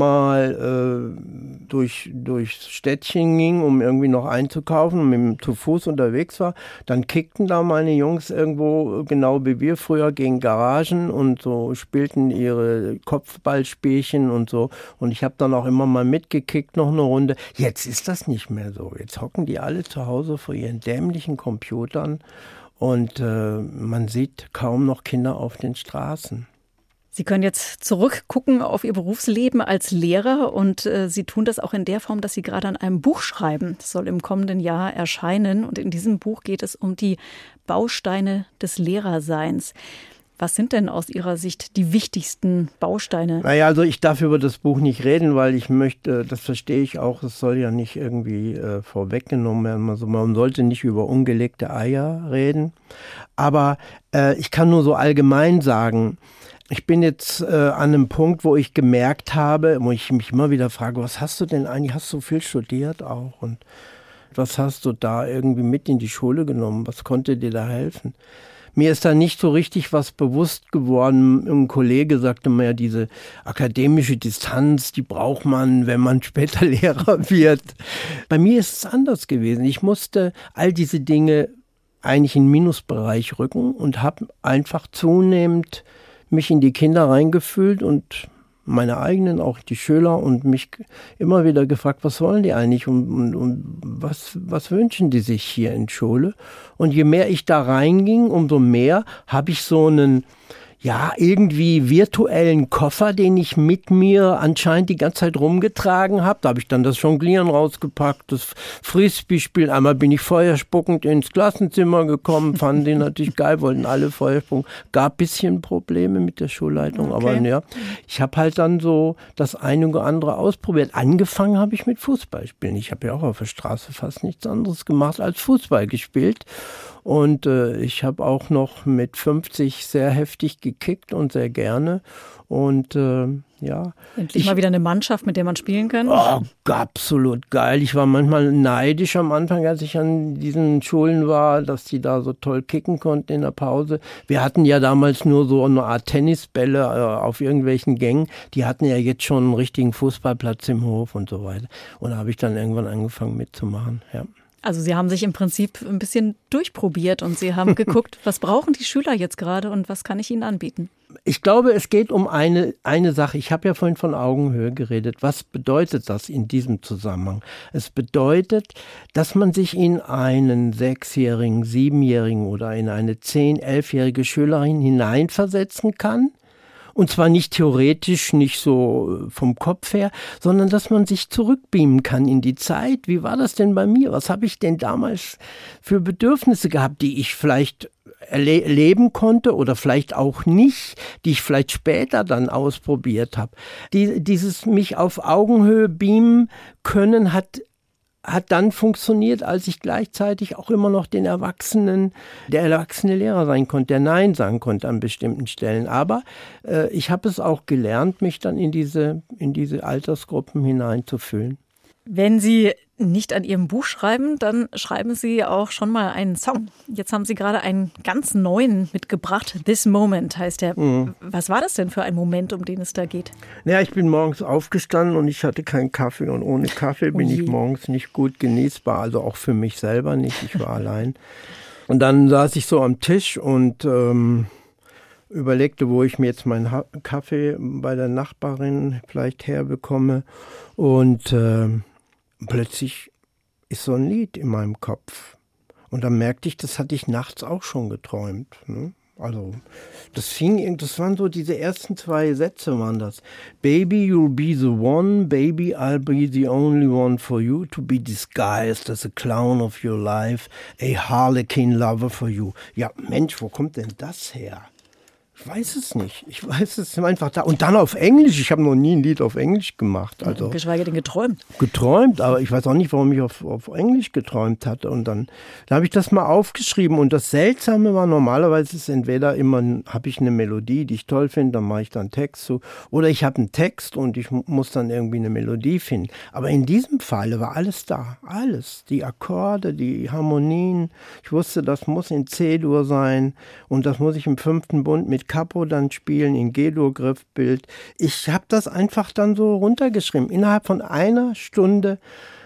mal äh, durch, durchs Städtchen ging, um irgendwie noch einzukaufen und mit dem zu Fuß unterwegs war, dann kickten da meine Jungs irgendwo, genau wie wir früher, gegen Garagen und so spielten ihre Kopfballspielchen und so. Und ich habe dann auch immer mal mitgekickt noch eine Runde. Jetzt ist das nicht mehr so. Jetzt hocken die alle zu Hause vor ihren dämlichen Computern und äh, man sieht kaum noch Kinder auf den Straßen. Sie können jetzt zurückgucken auf Ihr Berufsleben als Lehrer und äh, Sie tun das auch in der Form, dass Sie gerade an einem Buch schreiben. Das soll im kommenden Jahr erscheinen und in diesem Buch geht es um die Bausteine des Lehrerseins. Was sind denn aus Ihrer Sicht die wichtigsten Bausteine? Naja, also ich darf über das Buch nicht reden, weil ich möchte, das verstehe ich auch, es soll ja nicht irgendwie äh, vorweggenommen werden. Also man sollte nicht über ungelegte Eier reden. Aber äh, ich kann nur so allgemein sagen, ich bin jetzt äh, an einem Punkt, wo ich gemerkt habe, wo ich mich immer wieder frage, was hast du denn eigentlich, hast du viel studiert auch und was hast du da irgendwie mit in die Schule genommen, was konnte dir da helfen? Mir ist da nicht so richtig was bewusst geworden. Ein Kollege sagte mir ja, diese akademische Distanz, die braucht man, wenn man später Lehrer wird. Bei mir ist es anders gewesen. Ich musste all diese Dinge eigentlich in den Minusbereich rücken und habe einfach zunehmend mich in die Kinder reingefühlt und meine eigenen, auch die Schüler und mich immer wieder gefragt, was wollen die eigentlich und, und, und was, was wünschen die sich hier in Schule? Und je mehr ich da reinging, umso mehr habe ich so einen, ja, irgendwie virtuellen Koffer, den ich mit mir anscheinend die ganze Zeit rumgetragen habe. Da habe ich dann das Jonglieren rausgepackt, das Frisbee-Spielen. Einmal bin ich feuerspuckend ins Klassenzimmer gekommen, fanden die natürlich geil, wollten alle Feuerspucken. Gab ein bisschen Probleme mit der Schulleitung, okay. Aber ja, ich habe halt dann so das eine oder andere ausprobiert. Angefangen habe ich mit Fußballspielen. Ich habe ja auch auf der Straße fast nichts anderes gemacht als Fußball gespielt. Und äh, ich habe auch noch mit fünfzig sehr heftig gekickt und sehr gerne. Und äh, ja. Endlich ich, mal wieder eine Mannschaft, mit der man spielen kann. Oh, absolut geil. Ich war manchmal neidisch am Anfang, als ich an diesen Schulen war, dass die da so toll kicken konnten in der Pause. Wir hatten ja damals nur so eine Art Tennisbälle äh, auf irgendwelchen Gängen. Die hatten ja jetzt schon einen richtigen Fußballplatz im Hof und so weiter. Und da habe ich dann irgendwann angefangen mitzumachen, ja. Also Sie haben sich im Prinzip ein bisschen durchprobiert und Sie haben geguckt, was brauchen die Schüler jetzt gerade und was kann ich ihnen anbieten? Ich glaube, es geht um eine, eine Sache. Ich habe ja vorhin von Augenhöhe geredet. Was bedeutet das in diesem Zusammenhang? Es bedeutet, dass man sich in einen Sechsjährigen, Siebenjährigen oder in eine Zehn-, Elfjährige Schülerin hineinversetzen kann. Und zwar nicht theoretisch, nicht so vom Kopf her, sondern dass man sich zurückbeamen kann in die Zeit. Wie war das denn bei mir? Was habe ich denn damals für Bedürfnisse gehabt, die ich vielleicht erleben konnte oder vielleicht auch nicht, die ich vielleicht später dann ausprobiert habe. Die, dieses mich auf Augenhöhe beamen können hat hat dann funktioniert, als ich gleichzeitig auch immer noch den Erwachsenen, der erwachsene Lehrer sein konnte, der Nein sagen konnte an bestimmten Stellen. Aber äh, ich habe es auch gelernt, mich dann in diese, in diese Altersgruppen hineinzufühlen. Wenn Sie nicht an Ihrem Buch schreiben, dann schreiben Sie auch schon mal einen Song. Jetzt haben Sie gerade einen ganz neuen mitgebracht. This Moment heißt der. Mhm. Was war das denn für ein Moment, um den es da geht? Naja, ich bin morgens aufgestanden und ich hatte keinen Kaffee. Und ohne Kaffee bin ich morgens nicht gut genießbar. Also auch für mich selber nicht. Ich war allein. Und dann saß ich so am Tisch und ähm, überlegte, wo ich mir jetzt meinen ha- Kaffee bei der Nachbarin vielleicht herbekomme. Und äh, plötzlich ist so ein Lied in meinem Kopf. Und dann merkte ich, das hatte ich nachts auch schon geträumt. Ne? Also das fing, das waren so diese ersten zwei Sätze waren das. Baby, you'll be the one, baby, I'll be the only one for you to be disguised as a clown of your life, a harlequin lover for you. Ja, Mensch, wo kommt denn das her? Ich weiß es nicht. Ich weiß es einfach da. Und dann auf Englisch. Ich habe noch nie ein Lied auf Englisch gemacht. Also geschweige denn geträumt. Geträumt, aber ich weiß auch nicht, warum ich auf, auf Englisch geträumt hatte. Und dann, dann habe ich das mal aufgeschrieben. Und das Seltsame war, normalerweise ist entweder immer, habe ich eine Melodie, die ich toll finde, dann mache ich dann Text zu. Oder ich habe einen Text und ich muss dann irgendwie eine Melodie finden. Aber in diesem Fall war alles da. Alles. Die Akkorde, die Harmonien. Ich wusste, das muss in C-Dur sein. Und das muss ich im fünften Bund mit Capo dann spielen, in G-Dur-Griffbild. Ich habe das einfach dann so runtergeschrieben. Innerhalb von einer Stunde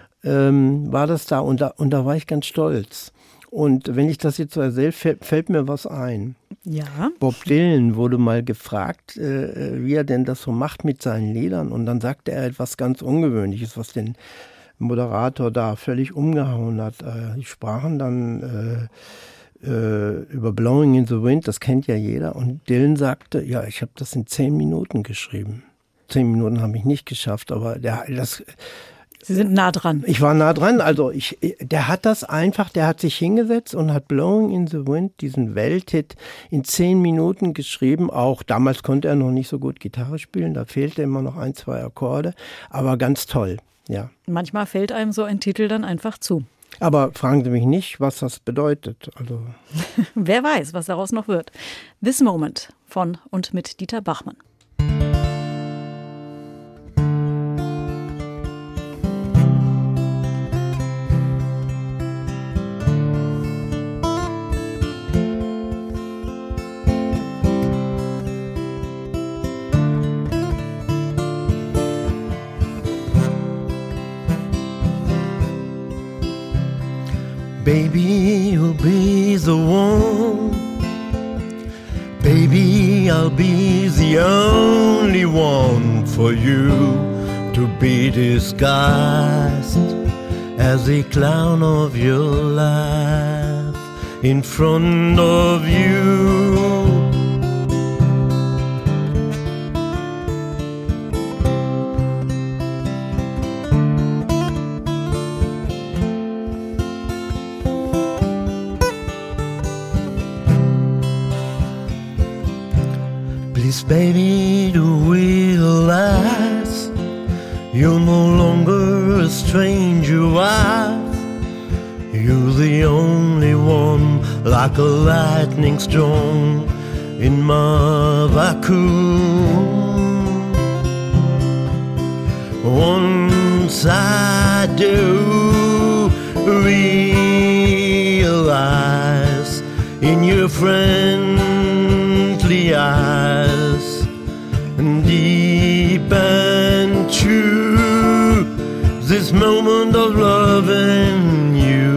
ähm, war das da und, da und da war ich ganz stolz. Und wenn ich das jetzt so erzähle, fällt, fällt mir was ein. Ja. Bob Dylan wurde mal gefragt, äh, wie er denn das so macht mit seinen Liedern. Und dann sagte er etwas ganz Ungewöhnliches, was den Moderator da völlig umgehauen hat. Äh, die sprachen dann äh, über Blowing in the Wind, das kennt ja jeder. Und Dylan sagte, ja, ich habe das in zehn Minuten geschrieben. Zehn Minuten habe ich nicht geschafft, aber der, das... Sie sind nah dran. Ich war nah dran. Also ich, der hat das einfach, der hat sich hingesetzt und hat Blowing in the Wind, diesen Welthit, in zehn Minuten geschrieben. Auch damals konnte er noch nicht so gut Gitarre spielen, da fehlte immer noch ein, zwei Akkorde. Aber ganz toll, ja. Manchmal fällt einem so ein Titel dann einfach zu. Aber fragen Sie mich nicht, was das bedeutet. Also wer weiß, was daraus noch wird. This Moment von und mit Dieter Bachmann. Baby, you'll be the one. Baby, I'll be the only one for you to be disguised as the clown of your life in front of you. Baby, to realize you're no longer a stranger wife. You're the only one, like a lightning storm in my vacuum. Once I do realize in your friendly eyes, deep and true, this moment of loving you.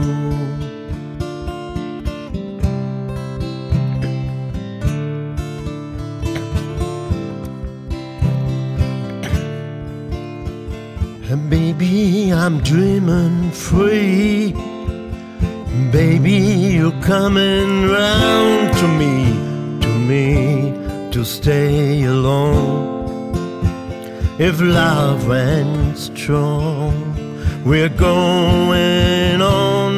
And baby, I'm dreaming free. Baby, you're coming round to me, to me, to stay alone. If love went strong, we're going on.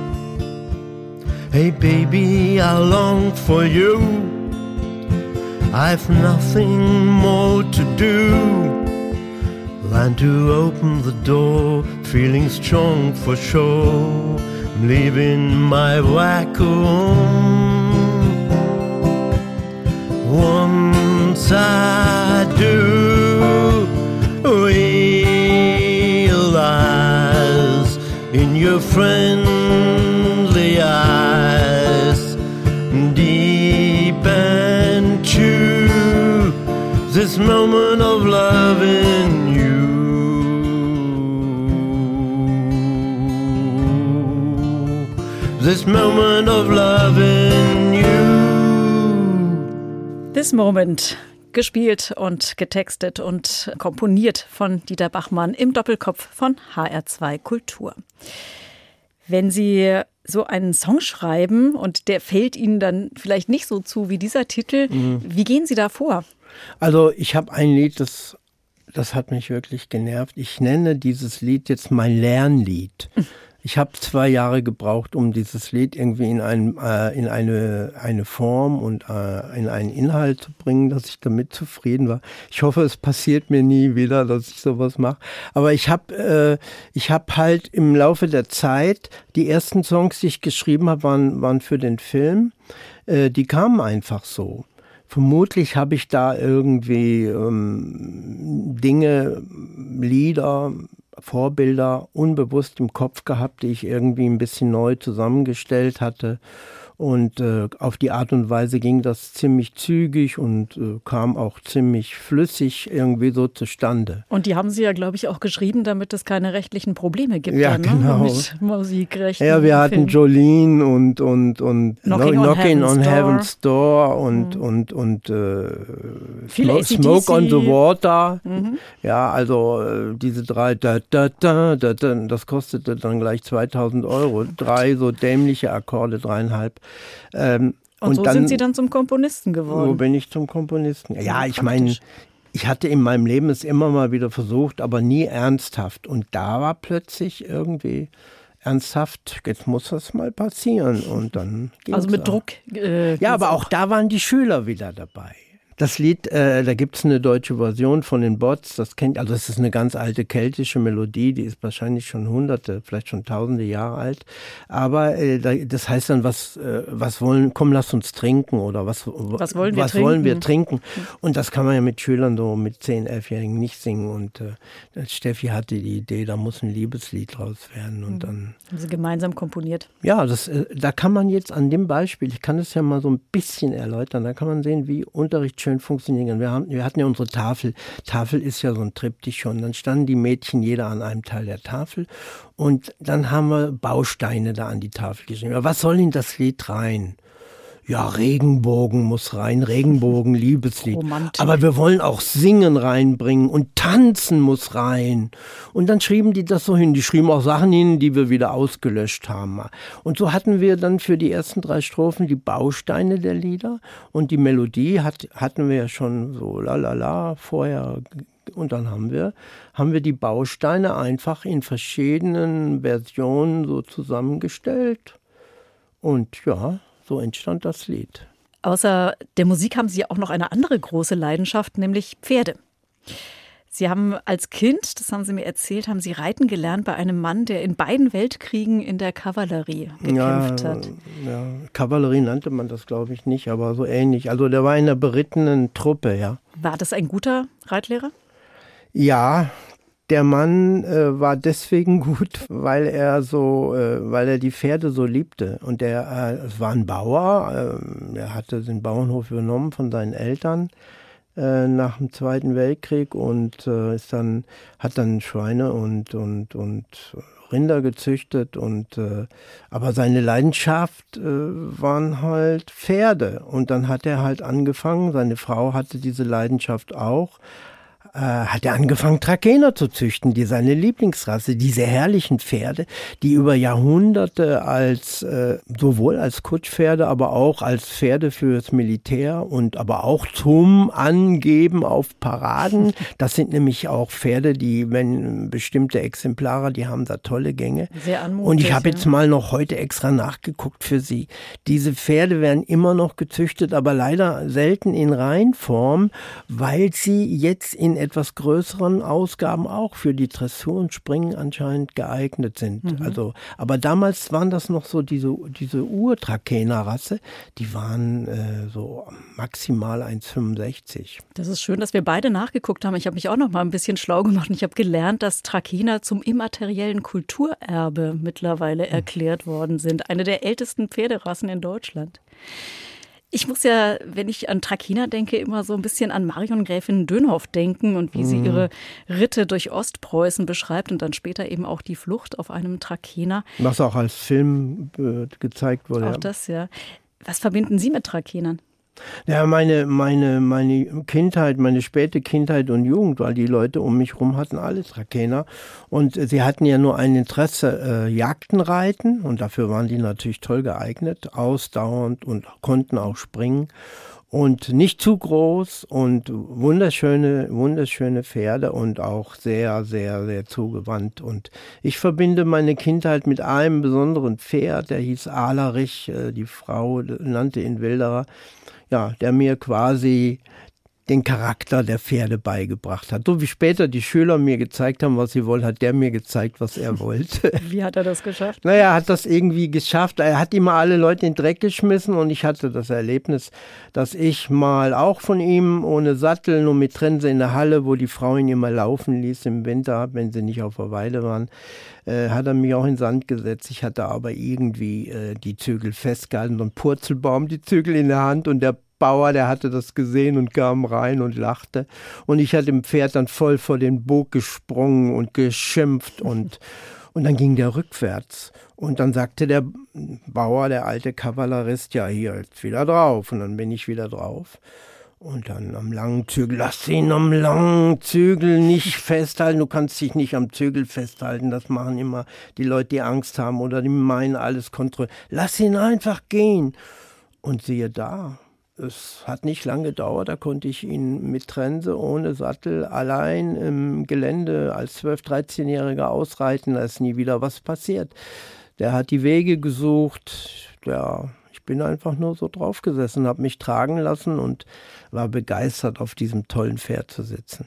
Hey baby, I long for you. I've nothing more to do than to open the door, feeling strong for sure. I'm leaving my vacuum. Once I do realize in your friendly eyes, deep and true, this moment of love in you. This moment of love in you. This Moment, gespielt und getextet und komponiert von Dieter Bachmann im Doppelkopf von H R zwei Kultur. Wenn Sie so einen Song schreiben und der fällt Ihnen dann vielleicht nicht so zu wie dieser Titel, mhm. wie gehen Sie da vor? Also ich habe ein Lied, das, das hat mich wirklich genervt. Ich nenne dieses Lied jetzt mein Lernlied. Mhm. Ich habe zwei Jahre gebraucht, um dieses Lied irgendwie in, ein, äh, in eine, eine Form und äh, in einen Inhalt zu bringen, dass ich damit zufrieden war. Ich hoffe, es passiert mir nie wieder, dass ich sowas mache. Aber ich habe äh, ich hab halt im Laufe der Zeit, die ersten Songs, die ich geschrieben habe, waren, waren für den Film. Äh, die kamen einfach so. Vermutlich habe ich da irgendwie ähm, Dinge, Lieder, Vorbilder unbewusst im Kopf gehabt, die ich irgendwie ein bisschen neu zusammengestellt hatte. Und äh, auf die Art und Weise ging das ziemlich zügig und äh, kam auch ziemlich flüssig irgendwie so zustande. Und die haben Sie ja, glaube ich, auch geschrieben, damit es keine rechtlichen Probleme gibt. Ja, dann, genau. Ne? Mit Musikrechten. Ja, wir hatten Film. Jolene und, und, und Knocking, on, Knocking Heaven's, on Door. Heaven's Door und, mhm. und, und äh, Viele Smoke, Smoke on the Water. Mhm. Ja, also äh, diese drei, da, da, da, da, da, das kostete dann gleich zweitausend Euro. Drei so dämliche Akkorde, dreieinhalb. Ähm, und, und so dann, sind Sie dann zum Komponisten geworden. So bin ich zum Komponisten. Ja, ich meine, ich hatte in meinem Leben es immer mal wieder versucht, aber nie ernsthaft. Und da war plötzlich irgendwie ernsthaft, jetzt muss das mal passieren. Und dann ging's Also mit auch. Druck. Äh, ja, aber auch da waren die Schüler wieder dabei. Das Lied, äh, da gibt es eine deutsche Version von den Bots, das kennt, also es ist eine ganz alte keltische Melodie, die ist wahrscheinlich schon hunderte, vielleicht schon tausende Jahre alt, aber äh, das heißt dann, was, äh, was wollen, komm, lass uns trinken oder was, was, wollen, wir was trinken? wollen wir trinken? Und das kann man ja mit Schülern so mit zehn, elfjährigen nicht singen und äh, Steffi hatte die Idee, da muss ein Liebeslied draus werden und dann... Haben Sie gemeinsam komponiert? Ja, das, äh, da kann man jetzt an dem Beispiel, ich kann es ja mal so ein bisschen erläutern, da kann man sehen, wie Unterricht schön funktionieren. Wir, haben, wir hatten ja unsere Tafel. Tafel ist ja so ein Triptychon. Dann standen die Mädchen jeder an einem Teil der Tafel und dann haben wir Bausteine da an die Tafel geschrieben. Aber was soll in das Lied rein? Ja, Regenbogen muss rein, Regenbogen, Liebeslied. Romantik. Aber wir wollen auch Singen reinbringen und Tanzen muss rein. Und dann schrieben die das so hin. Die schrieben auch Sachen hin, die wir wieder ausgelöscht haben. Und so hatten wir dann für die ersten drei Strophen die Bausteine der Lieder. Und die Melodie hat, hatten wir ja schon so la la la vorher. Und dann haben wir, haben wir die Bausteine einfach in verschiedenen Versionen so zusammengestellt. Und ja, so entstand das Lied. Außer der Musik haben Sie auch noch eine andere große Leidenschaft, nämlich Pferde. Sie haben als Kind, das haben Sie mir erzählt, haben Sie reiten gelernt bei einem Mann, der in beiden Weltkriegen in der Kavallerie gekämpft ja, hat. Ja, Kavallerie nannte man das, glaube ich, nicht, aber so ähnlich. Also der war in einer berittenen Truppe, ja. War das ein guter Reitlehrer? Ja, der Mann äh, war deswegen gut, weil er so, äh, weil er die Pferde so liebte. Und der, äh, es war ein Bauer, äh, er hatte den Bauernhof übernommen von seinen Eltern äh, nach dem Zweiten Weltkrieg und äh, ist dann, hat dann Schweine und, und, und Rinder gezüchtet. Und, äh, aber seine Leidenschaft äh, waren halt Pferde. Und dann hat er halt angefangen, seine Frau hatte diese Leidenschaft auch, äh, hat er angefangen, Trakehner zu züchten, die seine Lieblingsrasse, diese herrlichen Pferde, die über Jahrhunderte als äh, sowohl als Kutschpferde, aber auch als Pferde fürs Militär und aber auch zum Angeben auf Paraden. Das sind nämlich auch Pferde, die, wenn bestimmte Exemplare, die haben da tolle Gänge. Sehr anmutig. Und ich habe ja. jetzt mal noch heute extra nachgeguckt für Sie. Diese Pferde werden immer noch gezüchtet, aber leider selten in Reinform, weil sie jetzt in etwas größeren Ausgaben auch für die Dressur und Springen anscheinend geeignet sind. Mhm. Also, aber damals waren das noch so diese, diese Ur-Trakehner-Rasse, die waren äh, so maximal eins Komma fünfundsechzig. Das ist schön, dass wir beide nachgeguckt haben. Ich habe mich auch noch mal ein bisschen schlau gemacht und ich habe gelernt, dass Trakehner zum immateriellen Kulturerbe mittlerweile erklärt worden sind. Eine der ältesten Pferderassen in Deutschland. Ich muss ja, wenn ich an Trakehner denke, immer so ein bisschen an Marion Gräfin Dönhoff denken und wie mhm. sie ihre Ritte durch Ostpreußen beschreibt und dann später eben auch die Flucht auf einem Trakehner. Was auch als Film äh, gezeigt wurde. Auch das, ja. Was verbinden Sie mit Trakehnern? Ja, meine, meine, meine Kindheit, meine späte Kindheit und Jugend, weil die Leute um mich rum hatten alle Trakehner und sie hatten ja nur ein Interesse, äh, Jagdenreiten und dafür waren die natürlich toll geeignet, ausdauernd und konnten auch springen und nicht zu groß und wunderschöne, wunderschöne Pferde und auch sehr, sehr, sehr zugewandt und ich verbinde meine Kindheit mit einem besonderen Pferd, der hieß Ahlerich, äh, die Frau nannte ihn Wilderer. Ja, der mir quasi den Charakter der Pferde beigebracht hat. So wie später die Schüler mir gezeigt haben, was sie wollen, hat der mir gezeigt, was er wollte. Wie hat er das geschafft? Naja, er hat das irgendwie geschafft. Er hat immer alle Leute in den Dreck geschmissen und ich hatte das Erlebnis, dass ich mal auch von ihm ohne Sattel, nur mit Trense in der Halle, wo die Frau ihn immer laufen ließ im Winter, wenn sie nicht auf der Weide waren, äh, hat er mich auch in den Sand gesetzt. Ich hatte aber irgendwie äh, die Zügel festgehalten, so ein Purzelbaum, die Zügel in der Hand und der Bauer, der hatte das gesehen und kam rein und lachte. Und ich hatte dem Pferd dann voll vor den Bug gesprungen und geschimpft und, und dann ging der rückwärts. Und dann sagte der Bauer, der alte Kavallerist, ja hier, jetzt wieder drauf. Und dann bin ich wieder drauf. Und dann am langen Zügel, lass ihn am langen Zügel nicht festhalten. Du kannst dich nicht am Zügel festhalten. Das machen immer die Leute, die Angst haben oder die meinen, alles kontrollieren. Lass ihn einfach gehen. Und siehe da, es hat nicht lange gedauert, da konnte ich ihn mit Trense, ohne Sattel, allein im Gelände als zwölf-, dreizehnjähriger ausreiten, da ist nie wieder was passiert. Der hat die Wege gesucht, ja, ich bin einfach nur so drauf gesessen, habe mich tragen lassen und war begeistert, auf diesem tollen Pferd zu sitzen.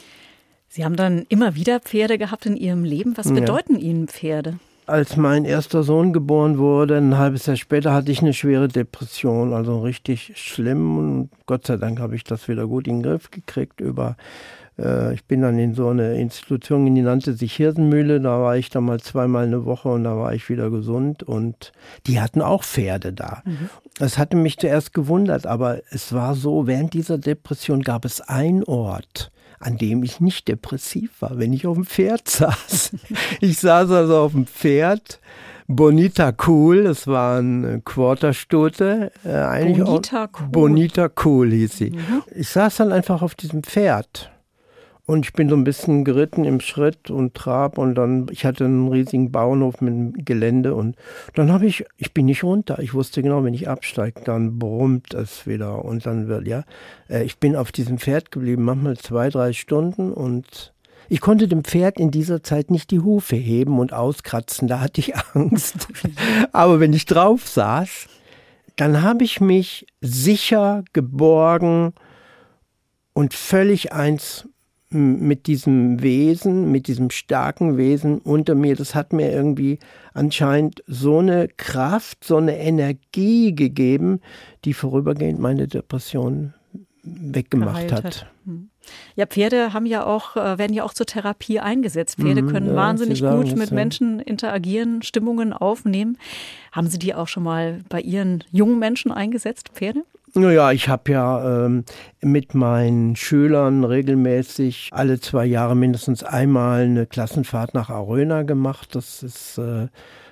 Sie haben dann immer wieder Pferde gehabt in Ihrem Leben. Was bedeuten ja. Ihnen Pferde? Als mein erster Sohn geboren wurde, ein halbes Jahr später, hatte ich eine schwere Depression, also richtig schlimm. Und Gott sei Dank habe ich das wieder gut in den Griff gekriegt. Über, äh, ich bin dann in so eine Institution, die nannte sich Hirsenmühle. Da war ich dann mal zweimal eine Woche und da war ich wieder gesund. Und die hatten auch Pferde da. Mhm. Das hatte mich zuerst gewundert, aber es war so, während dieser Depression gab es einen Ort, an dem ich nicht depressiv war, wenn ich auf dem Pferd saß. Ich saß also auf dem Pferd, Bonita Cool, das war eine Quarterstute. Äh, eigentlich Bonita auch, Cool. Bonita Cool hieß sie. Mhm. Ich saß dann einfach auf diesem Pferd. Und ich bin so ein bisschen geritten im Schritt und Trab und dann, ich hatte einen riesigen Bauernhof mit einem Gelände und dann habe ich, ich bin nicht runter. Ich wusste genau, wenn ich absteige, dann brummt es wieder und dann wird, ja, ich bin auf diesem Pferd geblieben, manchmal zwei, drei Stunden und ich konnte dem Pferd in dieser Zeit nicht die Hufe heben und auskratzen, da hatte ich Angst. Aber wenn ich drauf saß, dann habe ich mich sicher, geborgen und völlig eins mit diesem Wesen, mit diesem starken Wesen unter mir, das hat mir irgendwie anscheinend so eine Kraft, so eine Energie gegeben, die vorübergehend meine Depression weggemacht hat. hat. Ja, Pferde haben ja auch, werden ja auch zur Therapie eingesetzt. Pferde können ja, wahnsinnig gut mit ja. Menschen interagieren, Stimmungen aufnehmen. Haben Sie die auch schon mal bei Ihren jungen Menschen eingesetzt, Pferde? Naja, ich habe ja ähm, mit meinen Schülern regelmäßig alle zwei Jahre mindestens einmal eine Klassenfahrt nach Aröna gemacht. Das ist äh,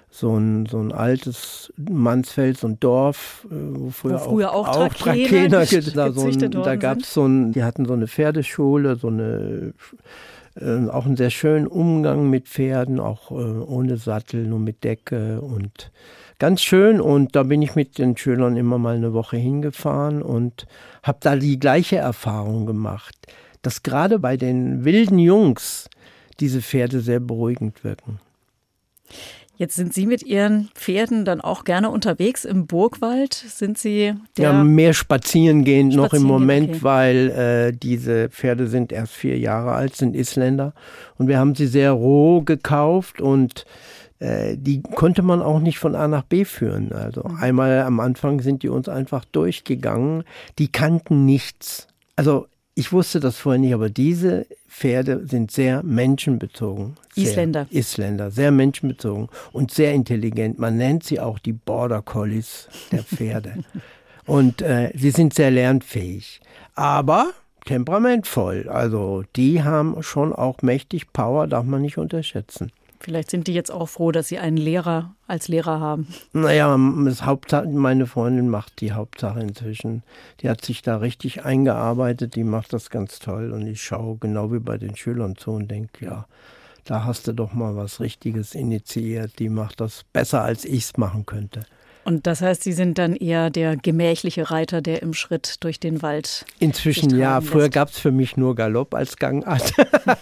so ein, so ein altes Mansfeld, so ein Dorf, wo früher, wo früher auch, auch, auch Trakehner, Trakehner da, so ein, da gab es so ein, die hatten so eine Pferdeschule, so eine, äh, auch einen sehr schönen Umgang mit Pferden, auch äh, ohne Sattel, nur mit Decke und ganz schön. Und da bin ich mit den Schülern immer mal eine Woche hingefahren und habe da die gleiche Erfahrung gemacht, dass gerade bei den wilden Jungs diese Pferde sehr beruhigend wirken. Jetzt sind Sie mit Ihren Pferden dann auch gerne unterwegs im Burgwald? Sind Sie der Ja, mehr spazieren gehen noch im Moment, okay. weil äh, diese Pferde sind erst vier Jahre alt, sind Isländer. Und wir haben sie sehr roh gekauft und äh, die konnte man auch nicht von A nach B führen. Also mhm. einmal am Anfang sind die uns einfach durchgegangen. Die kannten nichts. Also ich wusste das vorher nicht, aber diese Pferde sind sehr menschenbezogen. Sehr Isländer. Isländer, sehr menschenbezogen und sehr intelligent. Man nennt sie auch die Border Collies der Pferde. Und äh, sie sind sehr lernfähig, aber temperamentvoll. Also die haben schon auch mächtig Power, darf man nicht unterschätzen. Vielleicht sind die jetzt auch froh, dass sie einen Lehrer als Lehrer haben. Naja, das Hauptsache, meine Freundin macht die Hauptsache inzwischen. Die hat sich da richtig eingearbeitet, die macht das ganz toll. Und ich schaue genau wie bei den Schülern zu und denke, ja, da hast du doch mal was Richtiges initiiert. Die macht das besser, als ich es machen könnte. Und das heißt, Sie sind dann eher der gemächliche Reiter, der im Schritt durch den Wald Inzwischen ja. Früher gab es für mich nur Galopp als Gangart.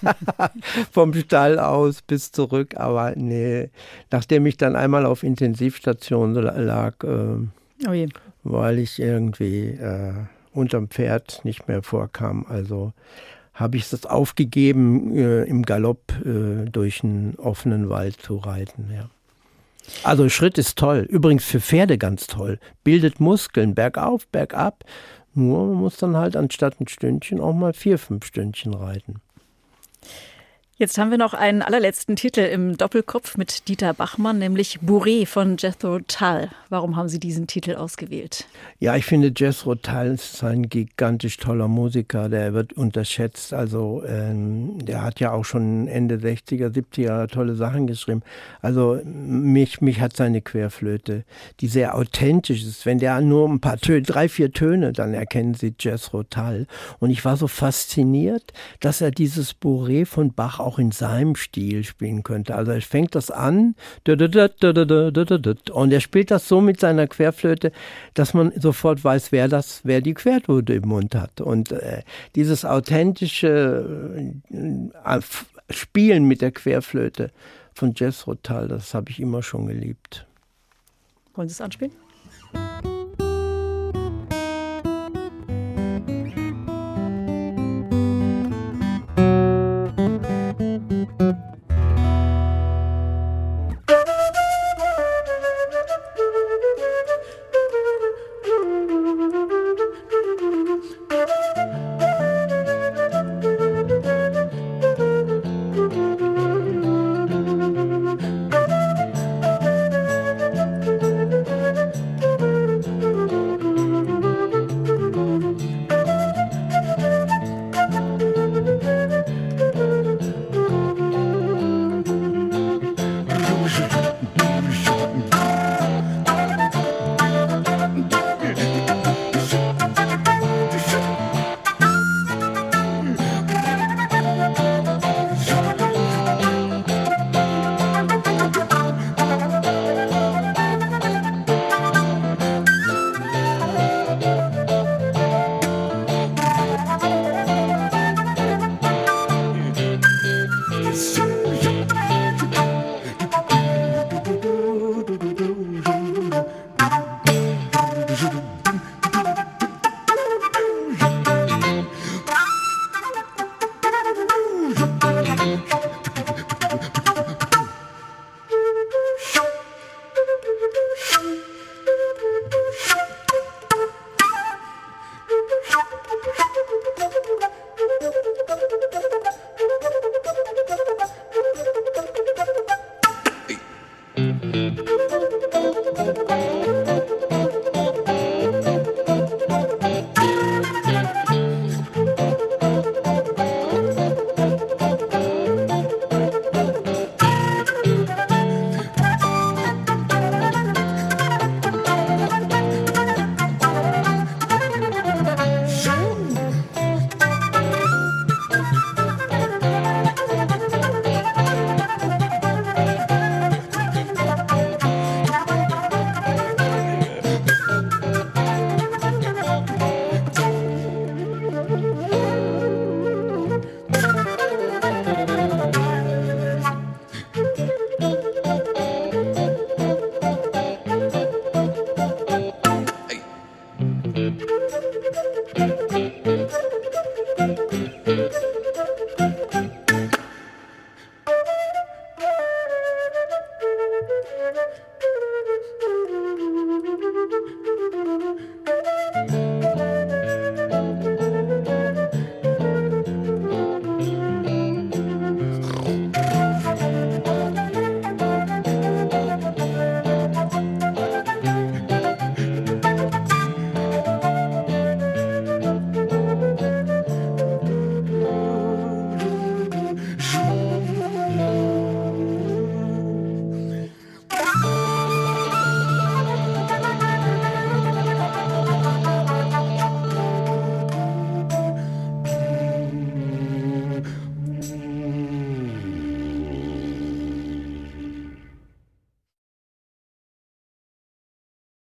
Vom Stall aus bis zurück. Aber nee, nachdem ich dann einmal auf Intensivstation lag, äh, oh je. weil ich irgendwie äh, unterm Pferd nicht mehr vorkam, also habe ich das aufgegeben, äh, im Galopp äh, durch einen offenen Wald zu reiten, ja. Also Schritt ist toll. Übrigens für Pferde ganz toll. Bildet Muskeln, bergauf, bergab. Nur man muss dann halt anstatt ein Stündchen auch mal vier, fünf Stündchen reiten. Jetzt haben wir noch einen allerletzten Titel im Doppelkopf mit Dieter Bachmann, nämlich Bourrée von Jethro Tull. Warum haben Sie diesen Titel ausgewählt? Ja, ich finde Jethro Tull ist ein gigantisch toller Musiker, der wird unterschätzt. Also ähm, der hat ja auch schon Ende sechziger, siebziger tolle Sachen geschrieben. Also mich, mich hat seine Querflöte, die sehr authentisch ist. Wenn der nur ein paar Töne, drei, vier Töne, dann erkennen Sie Jethro Tull. Und ich war so fasziniert, dass er dieses Bourrée von Bach auch in seinem Stil spielen könnte. Also er fängt das an und er spielt das so mit seiner Querflöte, dass man sofort weiß, wer das, wer die Querflöte im Mund hat. Und äh, dieses authentische äh, Spielen mit der Querflöte von Jethro Tull, das habe ich immer schon geliebt. Wollen Sie es anspielen?